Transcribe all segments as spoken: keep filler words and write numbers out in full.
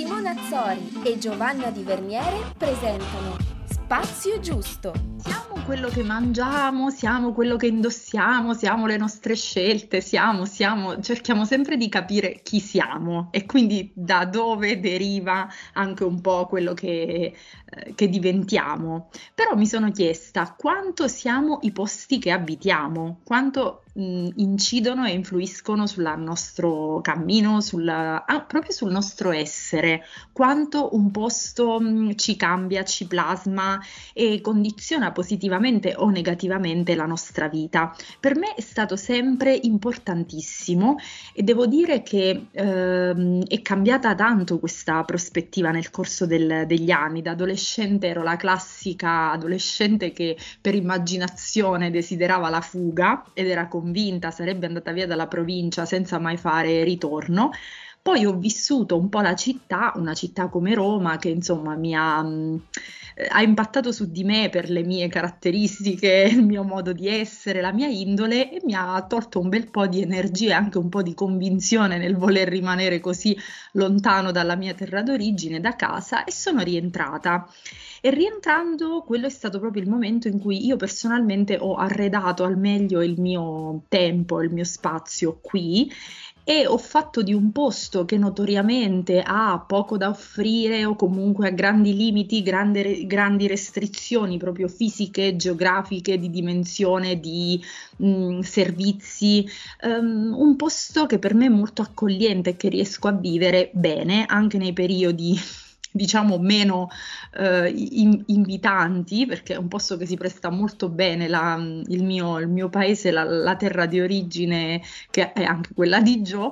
Simona Azzori e Giovanna Di Verniere presentano Spazio Giusto. Siamo quello che mangiamo, siamo quello che indossiamo, siamo le nostre scelte, siamo, siamo, cerchiamo sempre di capire chi siamo e quindi da dove deriva anche un po' quello che, eh, che diventiamo. Però mi sono chiesta quanto siamo i posti che abitiamo, quanto mh, incidono e influiscono sul nostro cammino, sulla- ah, proprio sul nostro essere, quanto un posto mh, ci cambia, ci plasma e condiziona positivamente o negativamente la nostra vita. Per me è stato sempre importantissimo e devo dire che ehm, è cambiata tanto questa prospettiva nel corso del- degli anni. Da adolescente ero la classica adolescente che per immaginazione desiderava la fuga ed era convinta sarebbe andata via dalla provincia senza mai fare ritorno. Poi ho vissuto un po' la città, una città come Roma che insomma mi ha, mh, eh, ha impattato su di me per le mie caratteristiche, il mio modo di essere, la mia indole e mi ha tolto un bel po' di energia e anche un po' di convinzione nel voler rimanere così lontano dalla mia terra d'origine, da casa, e sono rientrata. E rientrando, quello è stato proprio il momento in cui io personalmente ho arredato al meglio il mio tempo, il mio spazio qui e ho fatto di un posto che notoriamente ha poco da offrire o comunque ha grandi limiti, grande- grandi restrizioni proprio fisiche, geografiche, di dimensione, di mh, servizi, ehm, un posto che per me è molto accogliente e che riesco a vivere bene anche nei periodi diciamo meno eh, in- invitanti, perché è un posto che si presta molto bene, la- il mio, il mio paese, la, la terra di origine, che è anche quella di Gio,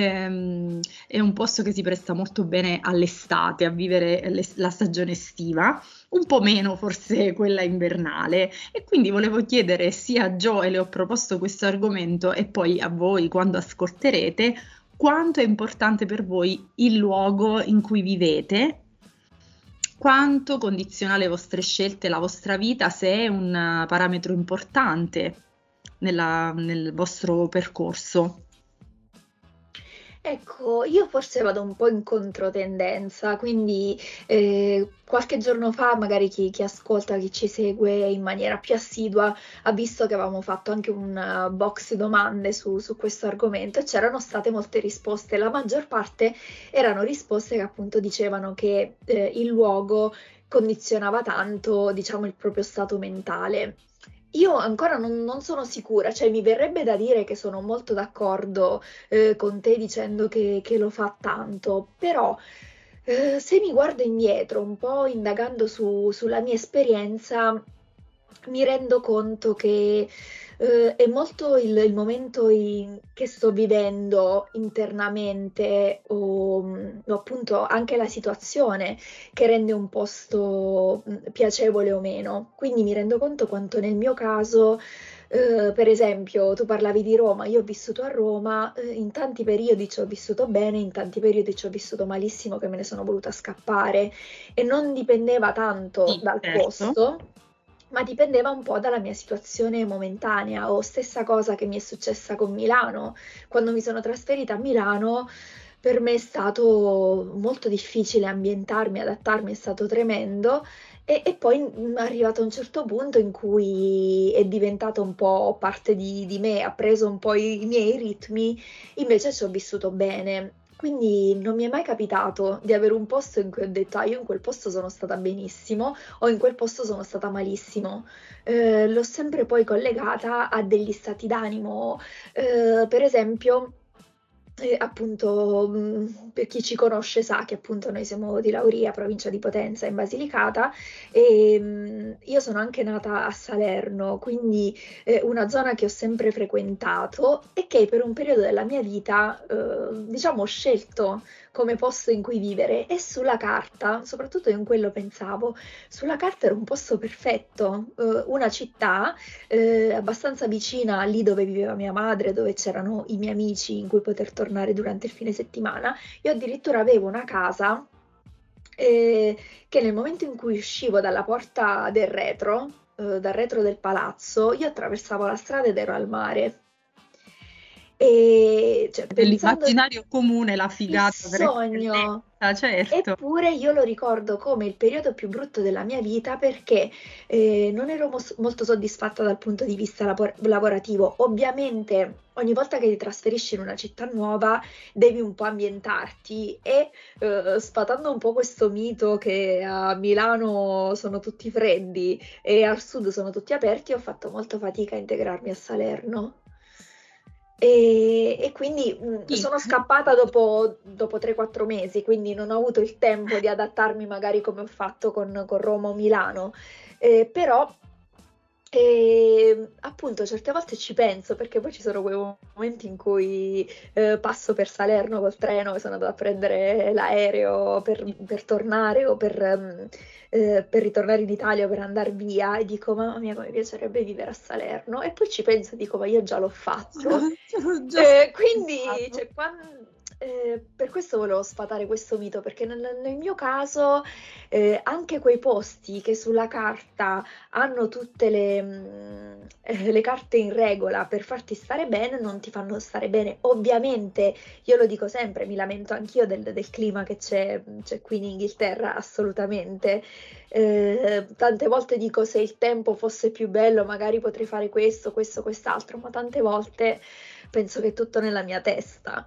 ehm, è un posto che si presta molto bene all'estate, a vivere l'es- la stagione estiva, un po' meno forse quella invernale. E quindi volevo chiedere sia a Gio, e le ho proposto questo argomento, e poi a voi quando ascolterete, quanto è importante per voi il luogo in cui vivete, quanto condiziona le vostre scelte, la vostra vita, se è un eh, parametro importante nella- nel vostro percorso. Ecco, io forse vado un po' in controtendenza, quindi eh, qualche giorno fa magari chi, chi ascolta, chi ci segue in maniera più assidua ha visto che avevamo fatto anche un eh, box domande su, su questo argomento e c'erano state molte risposte. La maggior parte erano risposte che appunto dicevano che eh, il luogo condizionava tanto, diciamo, il proprio stato mentale. Io ancora non, non sono sicura, cioè mi verrebbe da dire che sono molto d'accordo eh, con te dicendo che, che lo fa tanto, però eh, se mi guardo indietro, un po' indagando su- sulla mia esperienza, mi rendo conto che eh, è molto il, il momento in- che sto vivendo internamente o, mh, o appunto anche la situazione che rende un posto mh, piacevole o meno. Quindi mi rendo conto quanto nel mio caso, eh, per esempio, tu parlavi di Roma, io ho vissuto a Roma, eh, in tanti periodi ci ho vissuto bene, in tanti periodi ci ho vissuto malissimo, che me ne sono voluta scappare e non dipendeva tanto Sì, dal certo. posto. Ma dipendeva un po' dalla mia situazione momentanea, o stessa cosa che mi è successa con Milano. Quando mi sono trasferita a Milano, per me è stato molto difficile ambientarmi, adattarmi, è stato tremendo. E, e poi mm, è arrivato a un certo punto in cui è diventato un po' parte di, di me, ha preso un po' i, i miei ritmi, invece ci ho vissuto bene. Quindi non mi è mai capitato di avere un posto in cui ho detto, ah, io in quel posto sono stata benissimo o in quel posto sono stata malissimo. Eh, l'ho sempre poi collegata a degli stati d'animo. Eh, per esempio, eh, appunto, mh, per chi ci conosce sa che appunto noi siamo di Lauria, provincia di Potenza, in Basilicata, e mh, io sono anche nata a Salerno, quindi eh, una zona che ho sempre frequentato e che per un periodo della mia vita, eh, diciamo, ho scelto come posto in cui vivere e sulla carta, soprattutto in quello pensavo, sulla carta era un posto perfetto, eh, una città eh, abbastanza vicina a lì dove viveva mia madre, dove c'erano i miei amici in cui poter tornare durante il fine settimana. Io addirittura avevo una casa eh, che nel momento in cui uscivo dalla porta del retro, eh, dal retro del palazzo, io attraversavo la strada ed ero al mare. E cioè, pensando Nell'immaginario comune la il figata per sogno. eccellenza, certo. Eppure io lo ricordo come il periodo più brutto della mia vita perché eh, non ero mos- molto soddisfatta dal punto di vista lapor- lavorativo. Ovviamente ogni volta che ti trasferisci in una città nuova devi un po' ambientarti e eh, sfatando un po' questo mito che a Milano sono tutti freddi e al sud sono tutti aperti, ho fatto molto fatica a integrarmi a Salerno. E, e quindi mh, Sì. sono scappata dopo, dopo tre quattro mesi, quindi non ho avuto il tempo di adattarmi magari come ho fatto con, con Roma o Milano. Eh, però e appunto certe volte ci penso perché poi ci sono quei momenti in cui eh, passo per Salerno col treno e sono andata a prendere l'aereo per, per tornare o per, ehm, eh, per ritornare in Italia o per andare via e dico mamma mia come mi piacerebbe vivere a Salerno e poi ci penso e dico ma io già l'ho fatto. Sono già Eh, quindi stato. cioè, quan- eh, per questo volevo sfatare questo mito perché nel, nel mio caso eh, anche quei posti che sulla carta hanno tutte le, mm, eh, le carte in regola per farti stare bene, non ti fanno stare bene. Ovviamente, io lo dico sempre, mi lamento anch'io del, del clima che c'è, c'è qui in Inghilterra, assolutamente. Eh, tante volte dico se il tempo fosse più bello, magari potrei fare questo, questo, quest'altro, ma tante volte penso che è tutto nella mia testa.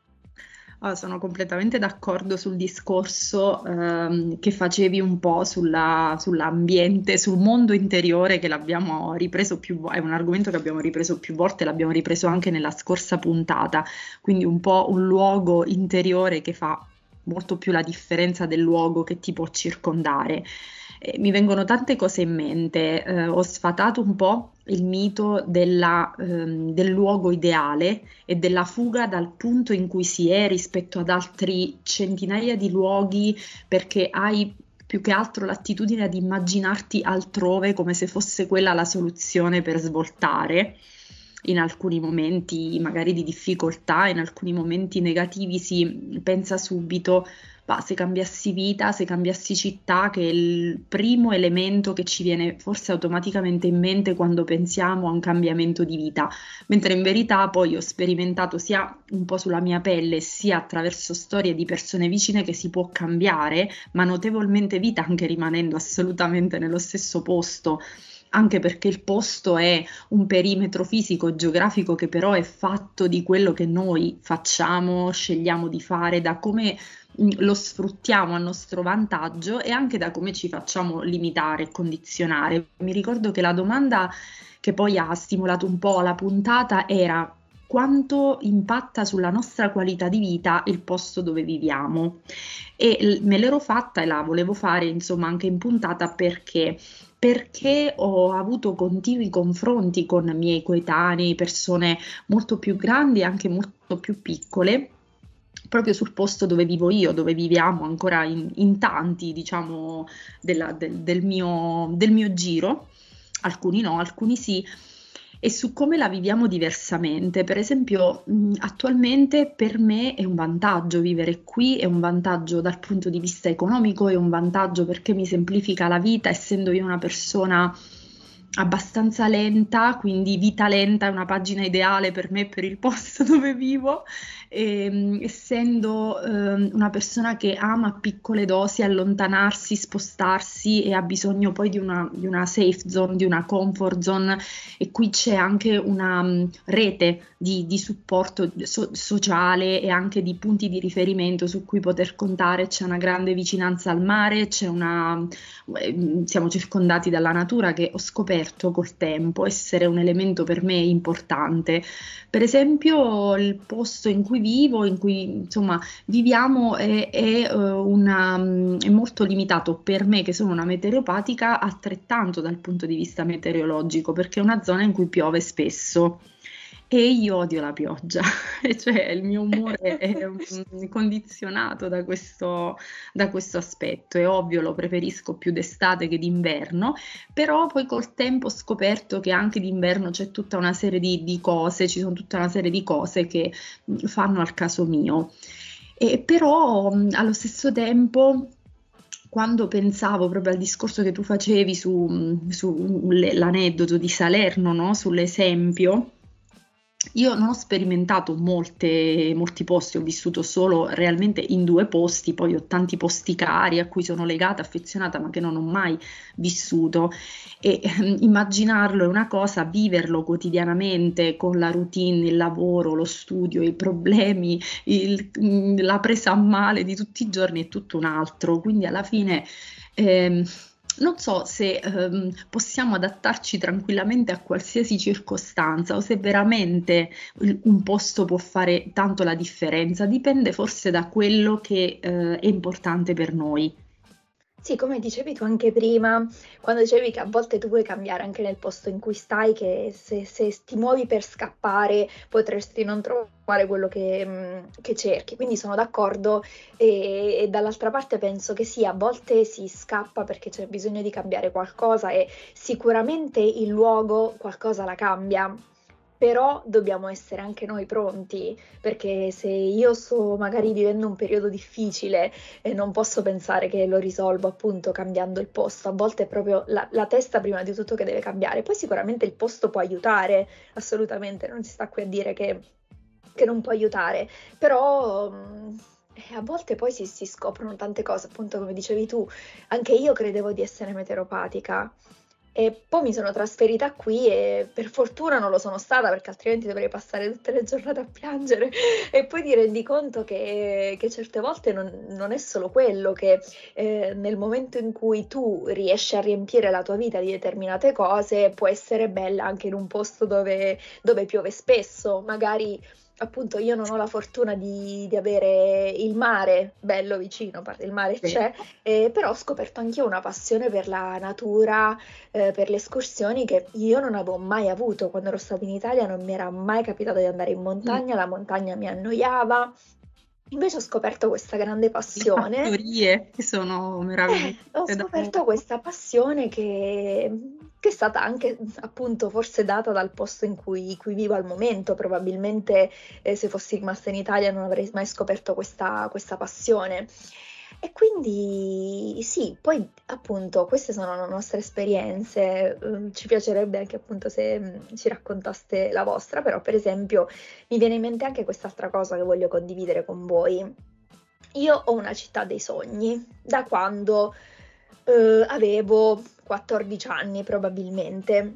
Ah, sono completamente d'accordo sul discorso ehm, che facevi un po' sulla- sull'ambiente, sul mondo interiore che l'abbiamo ripreso più volte, è un argomento che abbiamo ripreso più volte, l'abbiamo ripreso anche nella scorsa puntata, quindi un po' un luogo interiore che fa molto più la differenza del luogo che ti può circondare. Eh, mi vengono tante cose in mente, eh, ho sfatato un po' il mito della, ehm, del luogo ideale e della fuga dal punto in cui si è rispetto ad altri centinaia di luoghi perché hai più che altro l'attitudine ad immaginarti altrove come se fosse quella la soluzione per svoltare. In alcuni momenti magari di difficoltà, in alcuni momenti negativi si pensa subito, ma se cambiassi vita, se cambiassi città, che è il primo elemento che ci viene forse automaticamente in mente quando pensiamo a un cambiamento di vita, mentre in verità poi ho sperimentato sia un po' sulla mia pelle, sia attraverso storie di persone vicine che si può cambiare, ma notevolmente vita anche rimanendo assolutamente nello stesso posto. Anche perché il posto è un perimetro fisico, geografico che però è fatto di quello che noi facciamo, scegliamo di fare, da come mh, lo sfruttiamo a nostro vantaggio e anche da come ci facciamo limitare e condizionare. Mi ricordo che la domanda che poi ha stimolato un po' la puntata era: quanto impatta sulla nostra qualità di vita il posto dove viviamo? E l- me l'ero fatta e la volevo fare insomma anche in puntata perché perché ho avuto continui confronti con miei coetanei, persone molto più grandi e anche molto più piccole, proprio sul posto dove vivo io, dove viviamo ancora in, in tanti, diciamo, della- del, del mio, del mio giro, alcuni no, alcuni sì, e su come la viviamo diversamente. Per esempio, mh, attualmente per me è un vantaggio vivere qui, è un vantaggio dal punto di vista economico, è un vantaggio perché mi semplifica la vita, essendo io una persona abbastanza lenta, quindi vita lenta è una pagina ideale per me, per il posto dove vivo, e, essendo ehm, una persona che ama a piccole dosi allontanarsi, spostarsi e ha bisogno poi di una, di una safe zone, di una comfort zone, e qui c'è anche una mh, rete di, di supporto so- sociale e anche di punti di riferimento su cui poter contare, c'è una grande vicinanza al mare, c'è una, eh, siamo circondati dalla natura che ho scoperto col tempo essere un elemento per me importante. Per esempio, il posto in cui vivo, in cui insomma viviamo, è, è, eh, una, mm, è molto limitato per me, che sono una meteoropatica, altrettanto dal punto di vista meteorologico, perché è una zona in cui piove spesso. E io odio la pioggia, e cioè il mio umore è mm, condizionato da questo, da questo aspetto. È ovvio, lo preferisco più d'estate che d'inverno, però poi col tempo ho scoperto che anche d'inverno c'è tutta una serie di, di cose, ci sono tutta una serie di cose che mh, fanno al caso mio. E però mh, allo stesso tempo, quando pensavo proprio al discorso che tu facevi su, su l'aneddoto di Salerno, no? Sull'esempio, io non ho sperimentato molte, molti posti, ho vissuto solo realmente in due posti, poi ho tanti posti cari a cui sono legata, affezionata, ma che non ho mai vissuto. E ehm, immaginarlo è una cosa, viverlo quotidianamente con la routine, il lavoro, lo studio, i problemi, il- mm, la presa a male di tutti i giorni è tutto un altro. Quindi alla fine ehm, non so se ehm, possiamo adattarci tranquillamente a qualsiasi circostanza o se veramente il- un posto può fare tanto la differenza. Dipende forse da quello che eh, è importante per noi. Sì, come dicevi tu anche prima, quando dicevi che a volte tu puoi cambiare anche nel posto in cui stai, che se, se ti muovi per scappare potresti non trovare quello che, mh, che cerchi. Quindi sono d'accordo e, e dall'altra parte penso che sì, a volte si scappa perché c'è bisogno di cambiare qualcosa e sicuramente il luogo qualcosa la cambia. Però dobbiamo essere anche noi pronti, perché se io sto magari vivendo un periodo difficile e non posso pensare che lo risolvo appunto cambiando il posto. A volte è proprio la, la testa prima di tutto che deve cambiare. Poi sicuramente il posto può aiutare, assolutamente, non si sta qui a dire che, che non può aiutare, però mh, eh, a volte poi si, si scoprono tante cose, appunto come dicevi tu, anche io credevo di essere meteoropatica. E poi mi sono trasferita qui e per fortuna non lo sono stata perché altrimenti dovrei passare tutte le giornate a piangere e poi ti rendi conto che, che certe volte non, non è solo quello, che eh, nel momento in cui tu riesci a riempire la tua vita di determinate cose può essere bella anche in un posto dove, dove piove spesso, magari. Appunto, io non ho la fortuna di, di avere il mare bello vicino, a parte il mare Sì. c'è, eh, però ho scoperto anch'io una passione per la natura, eh, per le escursioni che io non avevo mai avuto. Quando ero stata in Italia non mi era mai capitato di andare in Mm. montagna, la montagna mi annoiava. Invece ho scoperto questa grande Le passione. fattorie che sono Eh, ho meravigliose da scoperto molto. questa passione che, che è stata anche appunto forse data dal posto in cui, cui vivo al momento. Probabilmente eh, se fossi rimasta in Italia non avrei mai scoperto questa, questa passione. E quindi sì, poi appunto queste sono le nostre esperienze. Mm, ci piacerebbe anche appunto se mm, ci raccontaste la vostra, però per esempio mi viene in mente anche quest'altra cosa che voglio condividere con voi. Io ho una città dei sogni da quando eh, avevo quattordici anni probabilmente.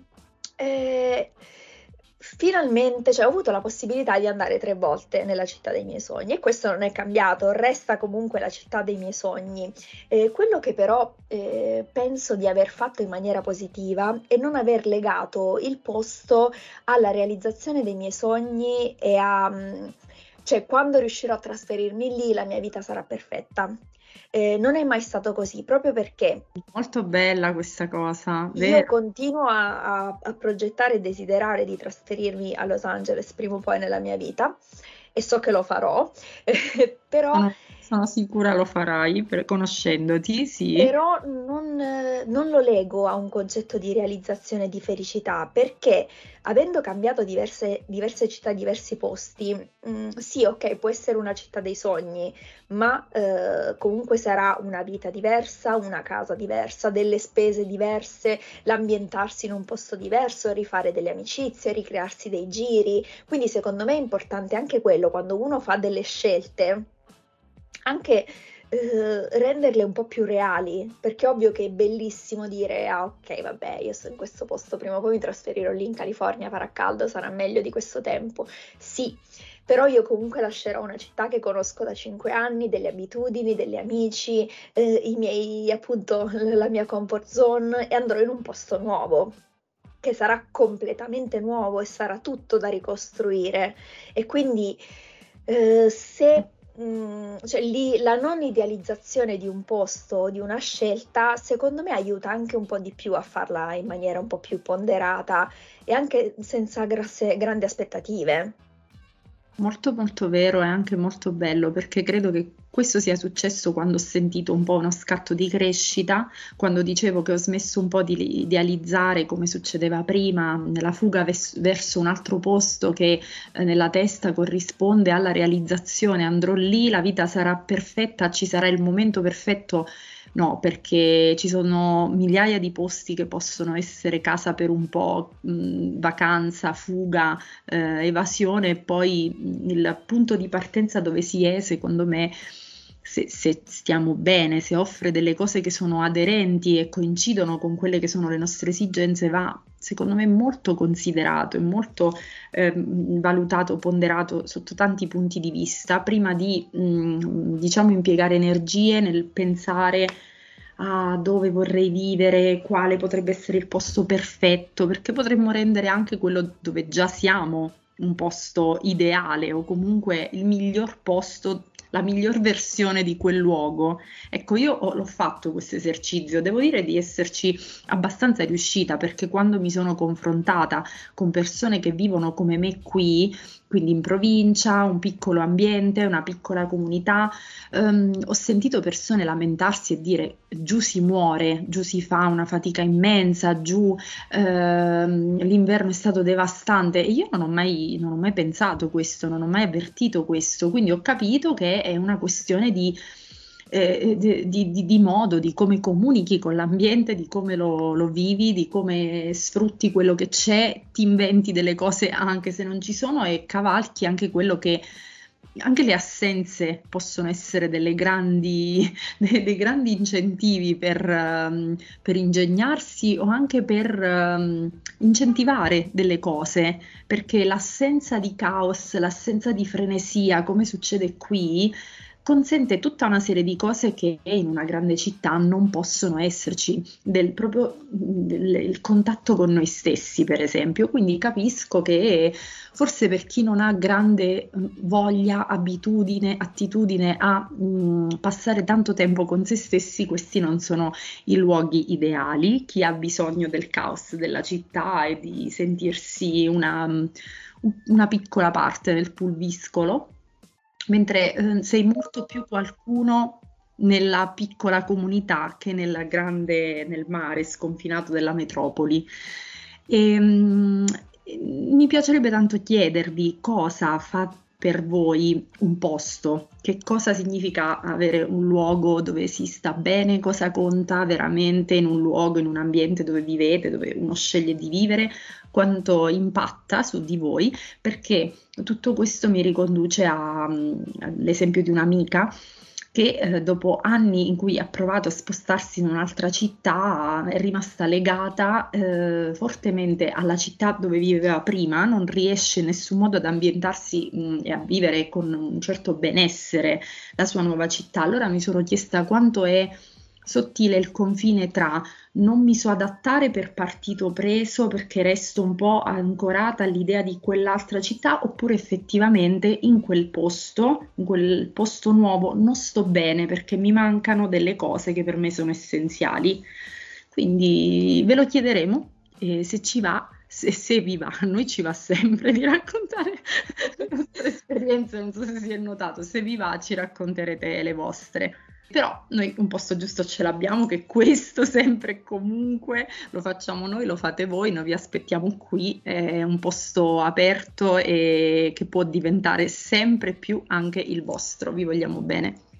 E finalmente, cioè, ho avuto la possibilità di andare tre volte nella città dei miei sogni e questo non è cambiato, resta comunque la città dei miei sogni. Eh, quello che però eh, penso di aver fatto in maniera positiva è non aver legato il posto alla realizzazione dei miei sogni e a, mm, cioè, quando riuscirò a trasferirmi lì, la mia vita sarà perfetta. Eh, non è mai stato così, proprio perché Molto bella questa cosa, io vero? continuo a, a- a progettare e desiderare di trasferirmi a Los Angeles prima o poi nella mia vita e so che lo farò, però Sono, sono sicura lo farai, per- conoscendoti, sì. Però non, eh, non lo lego a un concetto di realizzazione di felicità, perché avendo cambiato diverse, diverse città, diversi posti, mm, sì, ok, può essere una città dei sogni, ma eh, comunque sarà una vita diversa, una casa diversa, delle spese diverse, l'ambientarsi in un posto diverso, rifare delle amicizie, ricrearsi dei giri. Quindi secondo me è importante anche quello, quando uno fa delle scelte anche eh, renderle un po' più reali, perché è ovvio che è bellissimo dire, ah ok, vabbè, io sto in questo posto, prima o poi mi trasferirò lì in California, farà caldo, sarà meglio di questo tempo. Sì, però io comunque lascerò una città che conosco da cinque anni, delle abitudini, degli amici, eh, i miei, appunto, la mia comfort zone e andrò in un posto nuovo che sarà completamente nuovo e sarà tutto da ricostruire. E quindi eh, se mh, cioè, lì, la non idealizzazione di un posto, di una scelta, secondo me aiuta anche un po' di più a farla in maniera un po' più ponderata e anche senza grasse- grandi aspettative. Molto molto vero e anche molto bello perché credo che questo sia successo quando ho sentito un po' uno scatto di crescita, quando dicevo che ho smesso un po' di idealizzare come succedeva prima, la fuga ves- verso un altro posto che eh, nella testa corrisponde alla realizzazione, andrò lì, la vita sarà perfetta, ci sarà il momento perfetto No, perché ci sono migliaia di posti che possono essere casa per un po', mh, vacanza, fuga, eh, evasione, e poi mh, il punto di partenza dove si è, secondo me, se, se stiamo bene, se offre delle cose che sono aderenti e coincidono con quelle che sono le nostre esigenze, va, secondo me, molto considerato e molto ehm, valutato, ponderato sotto tanti punti di vista, prima di, mh, diciamo, impiegare energie nel pensare a dove vorrei vivere, quale potrebbe essere il posto perfetto, perché potremmo rendere anche quello dove già siamo un posto ideale o comunque il miglior posto, la miglior versione di quel luogo. Ecco, io ho- l'ho fatto questo esercizio, devo dire di esserci abbastanza riuscita, perché quando mi sono confrontata con persone che vivono come me qui, quindi in provincia, un piccolo ambiente, una piccola comunità, ehm, ho sentito persone lamentarsi e dire giù si muore, giù si fa una fatica immensa, giù ehm, l'inverno è stato devastante, e io non ho mai, non ho mai pensato questo, non ho mai avvertito questo, quindi ho capito che è una questione di, eh, di, di- di- di modo, di come comunichi con l'ambiente, di come lo, lo vivi, di come sfrutti quello che c'è, ti inventi delle cose anche se non ci sono e cavalchi anche quello che... Anche le assenze possono essere delle grandi, dei, dei grandi incentivi per, ehm, per ingegnarsi o anche per ehm, incentivare delle cose, perché l'assenza di caos, l'assenza di frenesia, come succede qui, consente tutta una serie di cose che in una grande città non possono esserci, del proprio del- il contatto con noi stessi, per esempio. Quindi capisco che forse per chi non ha grande eh, voglia, abitudine, attitudine a mh, passare tanto tempo con se stessi, questi non sono i luoghi ideali. Chi ha bisogno del caos della città e di sentirsi una, una piccola parte del pulviscolo, mentre eh, sei molto più qualcuno nella piccola comunità che nella grande, nel mare sconfinato della metropoli. E, mm, mi piacerebbe tanto chiedervi cosa fa per voi un posto, che cosa significa avere un luogo dove si sta bene, cosa conta veramente in un luogo, in un ambiente dove vivete, dove uno sceglie di vivere, quanto impatta su di voi, perché tutto questo mi riconduce a, mm, all'esempio di un'amica che eh, dopo anni in cui ha provato a spostarsi in un'altra città è rimasta legata eh, fortemente alla città dove viveva prima, non riesce in nessun modo ad ambientarsi mh, e a vivere con un certo benessere la sua nuova città. Allora mi sono chiesta quanto è sottile il confine tra non mi so adattare per partito preso perché resto un po' ancorata all'idea di quell'altra città, oppure effettivamente in quel posto, in quel posto nuovo, non sto bene perché mi mancano delle cose che per me sono essenziali. Quindi ve lo chiederemo e se ci va, se, se vi va, a noi ci va sempre di raccontare le nostre esperienze, non so se si è notato, se vi va ci racconterete le vostre. Però noi un posto giusto ce l'abbiamo, che questo sempre e comunque lo facciamo noi, lo fate voi, noi vi aspettiamo qui, è un posto aperto e che può diventare sempre più anche il vostro, vi vogliamo bene.